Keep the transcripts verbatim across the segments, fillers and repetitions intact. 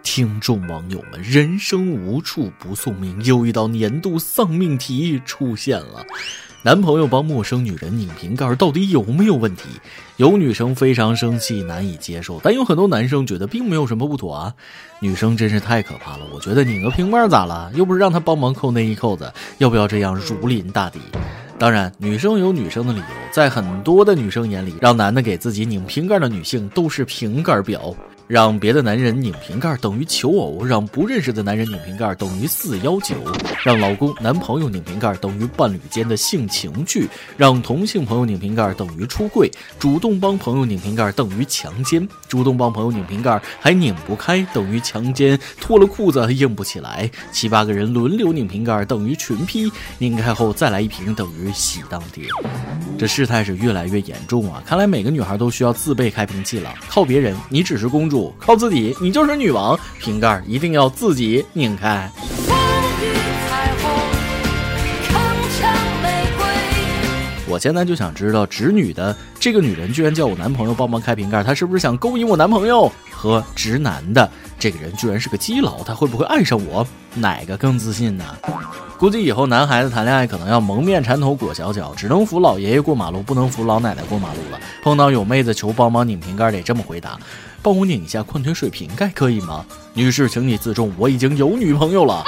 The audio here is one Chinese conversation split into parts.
听众网友们，人生无处不送命，又一道年度丧命题出现了。男朋友帮陌生女人拧瓶盖到底有没有问题？有女生非常生气难以接受，但有很多男生觉得并没有什么不妥啊。女生真是太可怕了，我觉得拧个瓶盖咋了？又不是让她帮忙扣内衣扣子，要不要这样如临大敌？当然女生有女生的理由，在很多的女生眼里，让男的给自己拧瓶盖的女性都是瓶盖婊，让别的男人拧瓶盖等于求偶，让不认识的男人拧瓶盖等于四幺九，让老公男朋友拧瓶盖等于伴侣间的性情趣，让同性朋友拧瓶盖等于出柜，主动帮朋友拧瓶盖等于强奸，主动帮朋友拧瓶盖还拧不开等于强奸，脱了裤子硬不起来，七八个人轮流拧瓶盖等于群批，拧开后再来一瓶等于喜当爹。这事态是越来越严重啊！看来每个女孩都需要自备开瓶器了，靠别人你只是公主，靠自己你就是女王，瓶盖一定要自己拧开。我现在就想知道，直女的这个女人居然叫我男朋友帮忙开瓶盖，她是不是想勾引我男朋友？和直男的这个人居然是个基佬，他会不会爱上我？哪个更自信呢？估计以后男孩子谈恋爱可能要蒙面缠头裹小脚，只能扶老爷爷过马路，不能扶老奶奶过马路了。碰到有妹子求帮忙拧瓶盖，得这么回答：帮我拧一下矿泉水瓶盖可以吗？女士请你自重，我已经有女朋友了。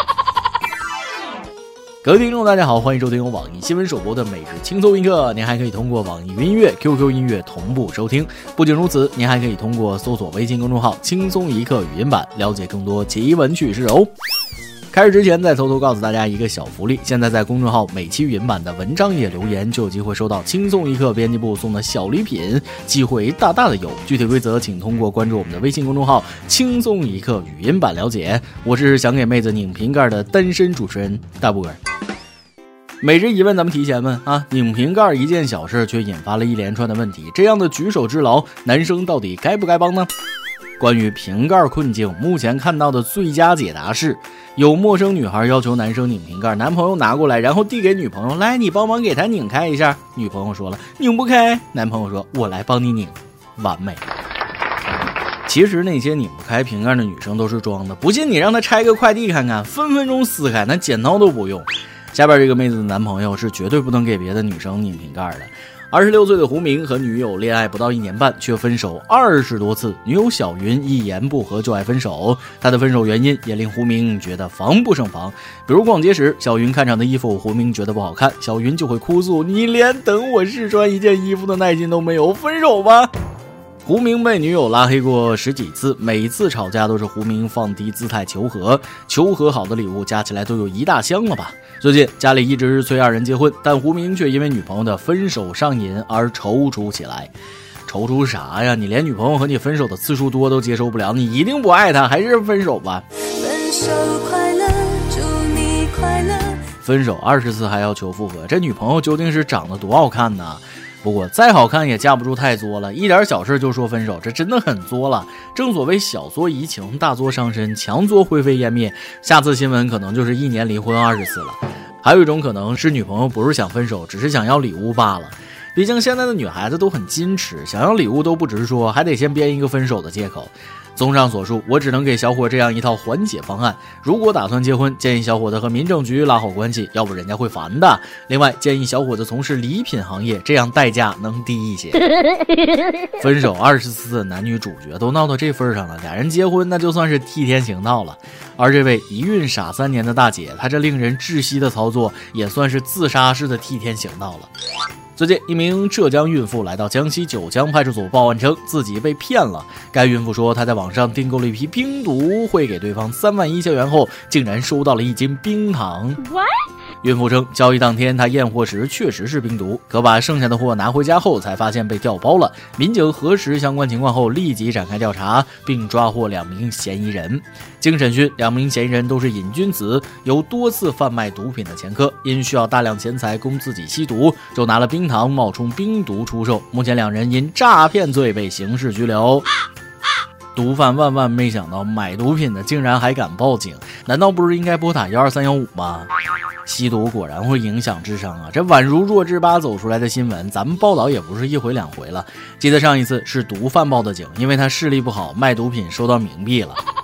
各位听众大家好，欢迎收听由网易新闻首播的每日轻松一刻，您还可以通过网易云音乐 Q Q 音乐同步收听。不仅如此，您还可以通过搜索微信公众号轻松一刻语音版了解更多奇闻趣事哦。开始之前再偷偷告诉大家一个小福利，现在在公众号每期语音版的文章页留言就有机会收到轻松一刻编辑部送的小礼品，机会大大的有。具体规则请通过关注我们的微信公众号轻松一刻语音版了解。我是想给妹子拧瓶盖的单身主持人大布尔。每日一问咱们提前问啊，拧瓶盖一件小事却引发了一连串的问题，这样的举手之劳，男生到底该不该帮呢？关于瓶盖困境，目前看到的最佳解答是，有陌生女孩要求男生拧瓶盖，男朋友拿过来，然后递给女朋友，来，你帮忙给她拧开一下。女朋友说了，拧不开。男朋友说，我来帮你拧。完美。其实那些拧不开瓶盖的女生都是装的，不信你让她拆个快递看看，分分钟撕开，那剪刀都不用。下边这个妹子的男朋友是绝对不能给别的女生拧瓶盖的。二十六岁的胡明和女友恋爱不到一年半，却分手二十多次。女友小云一言不合就爱分手，她的分手原因也令胡明觉得防不胜防。比如逛街时，小云看上的衣服胡明觉得不好看，小云就会哭诉，你连等我试穿一件衣服的耐心都没有，分手吧。胡明被女友拉黑过十几次，每一次吵架都是胡明放低姿态求和，求和好的礼物加起来都有一大箱了吧。最近家里一直催二人结婚，但胡明却因为女朋友的分手上瘾而踌躇起来。踌躇啥呀？你连女朋友和你分手的次数多都接受不了，你一定不爱她，还是分手吧。分手快乐，祝你快乐。分手二十次还要求复合，这女朋友究竟是长得多好看呢？不过再好看也架不住太作了，一点小事就说分手，这真的很作了。正所谓小作怡情，大作伤身，强作灰飞烟灭，下次新闻可能就是一年离婚二十次了。还有一种可能是女朋友不是想分手，只是想要礼物罢了。毕竟现在的女孩子都很矜持，想要礼物都不直说，还得先编一个分手的借口。综上所述，我只能给小伙这样一套缓解方案。如果打算结婚，建议小伙子和民政局拉好关系，要不人家会烦的。另外，建议小伙子从事礼品行业，这样代价能低一些。分手二十次的男女主角都闹到这份上了，俩人结婚那就算是替天行道了。而这位一孕傻三年的大姐，她这令人窒息的操作，也算是自杀式的替天行道了。最近，一名浙江孕妇来到江西九江派出所报案，称自己被骗了。该孕妇说，她在网上订购了一批冰毒，汇给对方三万一千元后，竟然收到了一斤冰糖。What？孕妇称，交易当天她验货时确实是冰毒，可把剩下的货拿回家后才发现被调包了。民警核实相关情况后，立即展开调查，并抓获两名嫌疑人。经审讯，两名嫌疑人都是瘾君子，有多次贩卖毒品的前科，因需要大量钱财供自己吸毒，就拿了冰糖冒充冰毒出售。目前两人因诈骗罪被刑事拘留。毒贩万万没想到，买毒品的竟然还敢报警，难道不是应该拨打一二三一五吗？吸毒果然会影响智商啊！这宛如弱智吧走出来的新闻，咱们报道也不是一回两回了。记得上一次是毒贩报的警，因为他视力不好，卖毒品收到冥币了。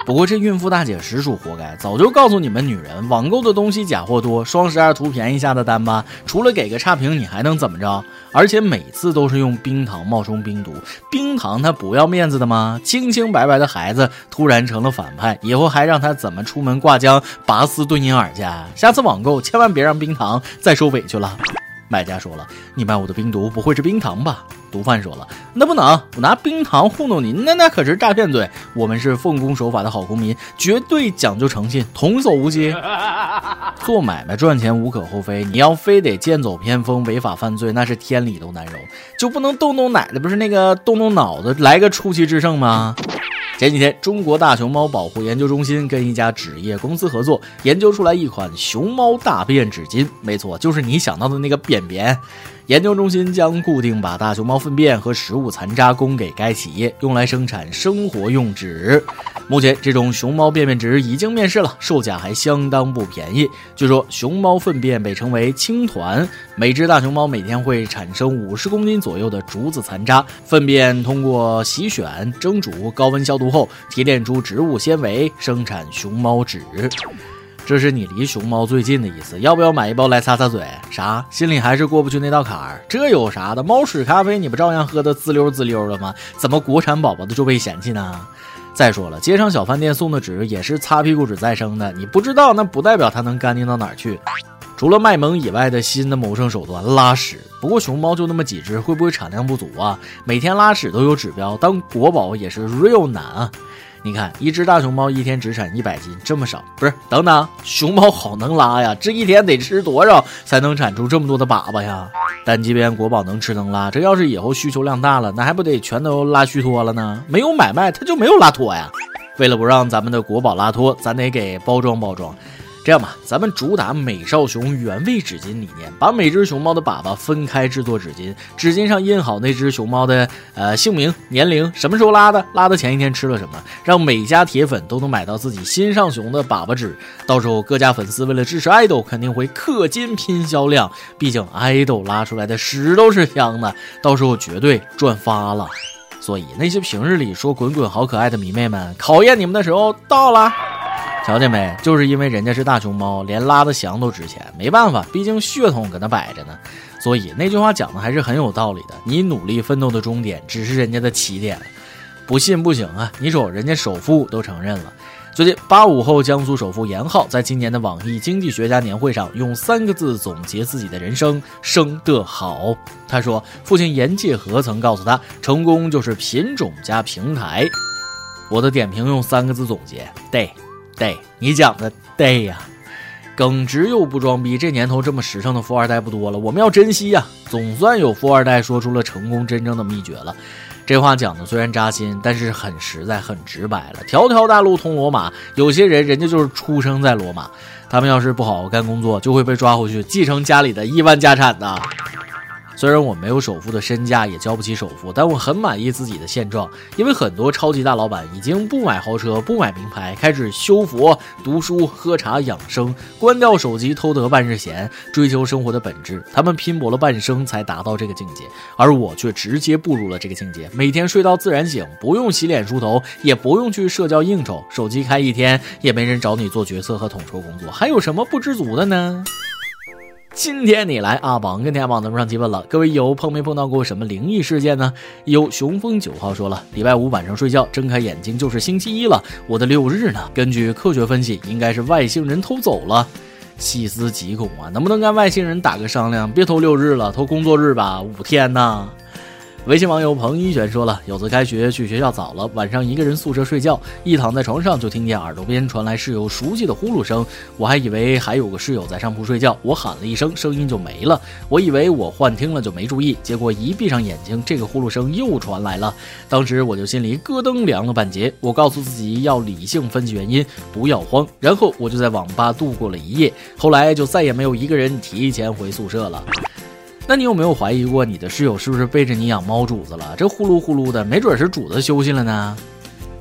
不过这孕妇大姐实属活该，早就告诉你们女人，网购的东西假货多，双十二图便宜下的单吧，除了给个差评你还能怎么着？而且每次都是用冰糖冒充冰毒，冰糖它不要面子的吗？清清白白的孩子突然成了反派，以后还让他怎么出门挂浆拔丝炖银耳去？下次网购千万别让冰糖再受委屈了。买家说了，你卖我的冰毒不会是冰糖吧？毒贩说了，那不能，我拿冰糖糊弄您，那那可是诈骗罪。我们是奉公守法的好公民，绝对讲究诚信，童叟无欺。做买卖赚钱无可厚非，你要非得剑走偏锋违法犯罪，那是天理都难容。就不能动动奶的，不是那个动动脑子来个出奇制胜吗？前几天，中国大熊猫保护研究中心跟一家纸业公司合作，研究出来一款熊猫大便纸巾。没错，就是你想到的那个便便。研究中心将固定把大熊猫粪便和食物残渣供给该企业，用来生产生活用纸。目前，这种熊猫便便纸已经面世了，售价还相当不便宜。据说，熊猫粪便被称为青团，每只大熊猫每天会产生五十公斤左右的竹子残渣，粪便通过洗选、蒸煮、高温消毒后，提炼出植物纤维，生产熊猫纸。这是你离熊猫最近的意思，要不要买一包来擦擦嘴？啥？心里还是过不去那道坎儿？这有啥的？猫屎咖啡你不照样喝得滋溜滋溜的吗？怎么国产宝宝的就被嫌弃呢？再说了，街上小饭店送的纸也是擦屁股纸再生的，你不知道那不代表它能干净到哪儿去。除了卖萌以外的新的谋生手段，拉屎。不过熊猫就那么几只，会不会产量不足啊？每天拉屎都有指标，当国宝也是 real 难啊。你看，一只大熊猫一天只产一百斤，这么少？不是，等等，熊猫好能拉呀，这一天得吃多少才能产出这么多的粑粑呀？但即便国宝能吃能拉，这要是以后需求量大了，那还不得全都拉虚脱了呢？没有买卖，它就没有拉脱呀。为了不让咱们的国宝拉脱，咱得给包装包装。这样吧，咱们主打美少熊原味纸巾理念，把每只熊猫的粑粑分开制作纸巾，纸巾上印好那只熊猫的呃姓名、年龄、什么时候拉的、拉的前一天吃了什么，让每家铁粉都能买到自己心上熊的粑粑纸。到时候各家粉丝为了支持爱豆，肯定会氪金拼销量，毕竟爱豆拉出来的屎都是香的，到时候绝对赚发了。所以那些平日里说滚滚好可爱的迷妹们，考验你们的时候到了。瞧见没？就是因为人家是大熊猫，连拉的翔都值钱，没办法，毕竟血统搁那摆着呢。所以那句话讲的还是很有道理的，你努力奋斗的终点只是人家的起点。不信不行啊，你瞅人家首富都承认了。最近八五后江苏首富严浩在今年的网易经济学家年会上用三个字总结自己的人生：生得好。他说父亲严介和曾告诉他，成功就是品种加平台。我的点评用三个字总结：对对，你讲的对呀。耿直又不装逼，这年头这么实诚的富二代不多了，我们要珍惜呀。总算有富二代说出了成功真正的秘诀了。这话讲的虽然扎心，但是很实在很直白了。条条大路通罗马，有些人人家就是出生在罗马，他们要是不好好干工作，就会被抓回去继承家里的亿万家产的。虽然我没有首富的身价，也交不起首付，但我很满意自己的现状，因为很多超级大老板已经不买豪车不买名牌，开始修佛读书喝茶养生，关掉手机偷得半日闲，追求生活的本质。他们拼搏了半生才达到这个境界，而我却直接步入了这个境界，每天睡到自然醒，不用洗脸梳头，也不用去社交应酬，手机开一天也没人找你做决策和统筹工作，还有什么不知足的呢？今天你来阿榜跟天网咱们上提问了，各位有碰没碰到过什么灵异事件呢？有雄风九号说了，礼拜五晚上睡觉睁开眼睛就是星期一了，我的六日呢？根据科学分析，应该是外星人偷走了。细思极恐啊，能不能跟外星人打个商量，别偷六日了，偷工作日吧，五天呢？微信网友彭一璇说了，有次开学去学校早了，晚上一个人宿舍睡觉，一躺在床上就听见耳朵边传来室友熟悉的呼噜声，我还以为还有个室友在上铺睡觉，我喊了一声，声音就没了，我以为我幻听了就没注意，结果一闭上眼睛，这个呼噜声又传来了，当时我就心里咯噔凉了半截，我告诉自己要理性分析原因，不要慌，然后我就在网吧度过了一夜，后来就再也没有一个人提前回宿舍了。那你有没有怀疑过你的室友是不是背着你养猫主子了？这呼噜呼噜的，没准是主子休息了呢。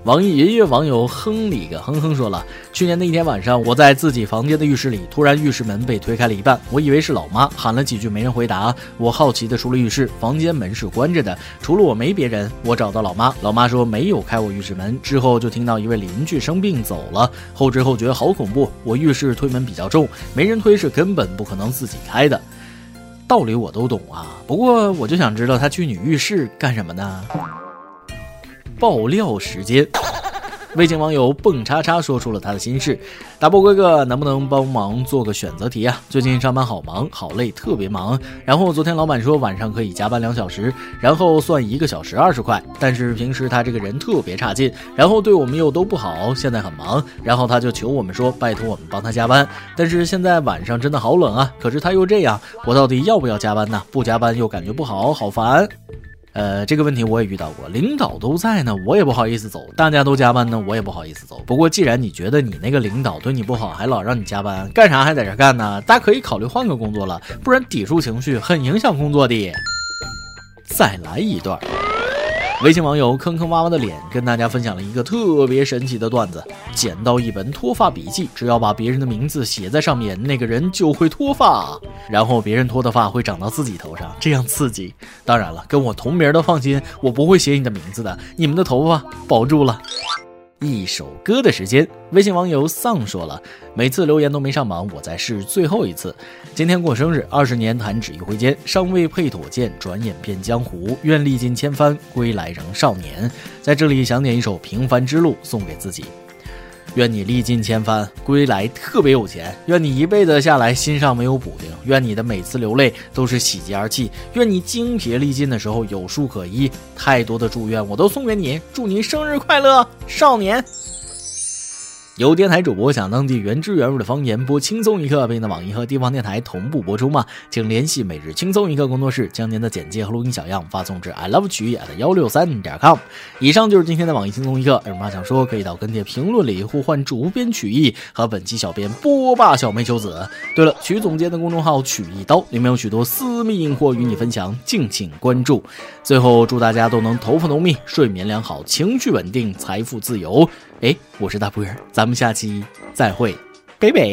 网易音乐网友哼里个哼哼说了，去年的一天晚上，我在自己房间的浴室里，突然浴室门被推开了一半，我以为是老妈，喊了几句没人回答，我好奇的出了浴室，房间门是关着的，除了我没别人，我找到老妈，老妈说没有开我浴室门，之后就听到一位邻居生病走了，后知后觉好恐怖，我浴室推门比较重，没人推是根本不可能自己开的。道理我都懂啊，不过我就想知道他去女浴室干什么呢？爆料时间，微信网友蹦叉叉说出了他的心事，大波哥哥能不能帮忙做个选择题啊？最近上班好忙好累，特别忙，然后昨天老板说晚上可以加班两小时，然后算一个小时二十块，但是平时他这个人特别差劲，然后对我们又都不好，现在很忙，然后他就求我们说拜托我们帮他加班，但是现在晚上真的好冷啊，可是他又这样，我到底要不要加班呢？不加班又感觉不好，好烦。呃，这个问题我也遇到过，领导都在呢，我也不好意思走，大家都加班呢，我也不好意思走。不过既然你觉得你那个领导对你不好，还老让你加班，干啥还在这干呢？大家可以考虑换个工作了，不然抵触情绪很影响工作的。再来一段。微信网友坑坑妈妈的脸跟大家分享了一个特别神奇的段子，捡到一本脱发笔记，只要把别人的名字写在上面，那个人就会脱发，然后别人脱的发会长到自己头上，这样刺激。当然了，跟我同名的放心，我不会写你的名字的，你们的头发保住了。一首歌的时间，微信网友丧说了，每次留言都没上榜，我再试最后一次。今天过生日，二十年弹指一挥间，尚未配妥剑，转眼变江湖。愿历尽千帆，归来仍少年。在这里想点一首《平凡之路》送给自己。愿你历尽千帆，归来特别有钱。愿你一辈子下来心上没有补丁。愿你的每次流泪都是喜极而泣。愿你精疲力尽的时候有书可依。太多的祝愿我都送给你，祝你生日快乐，少年。由电台主播想当地原汁原味的方言播轻松一刻，并在网易和地方电台同步播出吗？请联系每日轻松一刻工作室，将您的简介和录音小样发送至 i love 曲艺 at 一六三点 com。以上就是今天的网易轻松一刻，有什么想说可以到跟帖评论里呼唤主编曲艺和本期小编波霸小妹秋子。对了，曲总监的公众号曲一刀里面有许多私密硬货与你分享，敬请关注。最后祝大家都能头发浓密，睡眠良好，情绪稳定，财富自由。哎，我是大波儿，咱们下期再会，拜拜。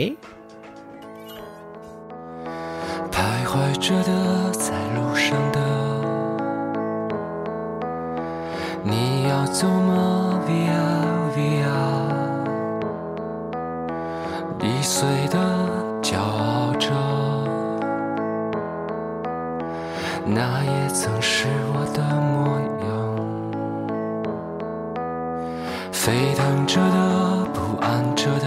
徘徊着的，在路上的，你要走吗 ？Via Via， 易碎的骄傲着，那也曾是我的模样。沸腾着的，不安着的，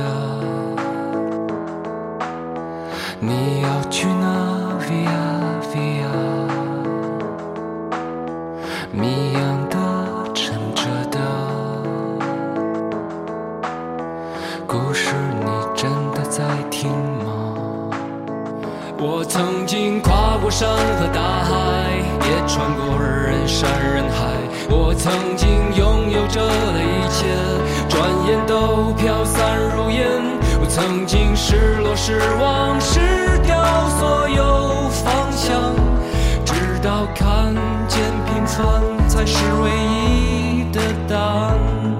你要去哪 ？Via Via， 谜样的，沉着的，故事你真的在听吗？我曾经跨过山和大海，也穿过人山人海。我曾经拥有着的一切，转眼都飘散如烟。我曾经失落失望失掉所有方向，直到看见平凡才是唯一的答案。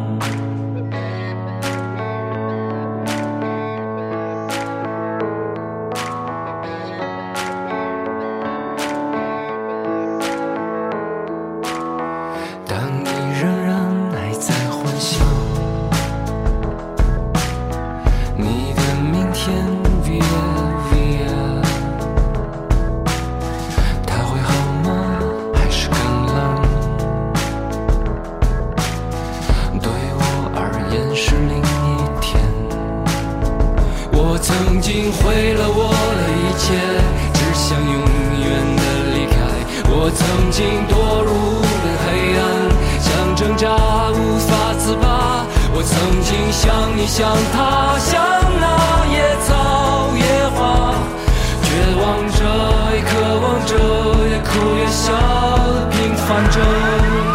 曾经毁了我的一切，只想永远的离开。我曾经堕入了黑暗，想挣扎无法自拔。我曾经像你像他，像那野草野花，绝望着也渴望着，也哭也笑，平凡着。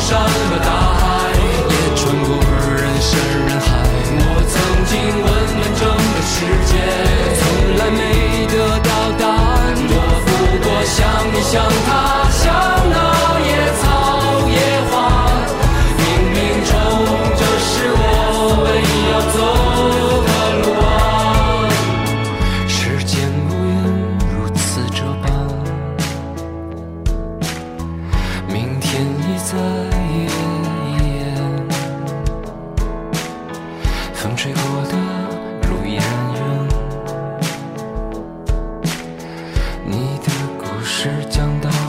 山和大海，也穿过人山人海。我曾经问完整个世界，从来没得到答案。我不过想你想他，像那野草野花，冥冥中这是我们要走的路啊。时间无言如此这般，明天已在眼前，风吹过的路依然远，你的故事讲到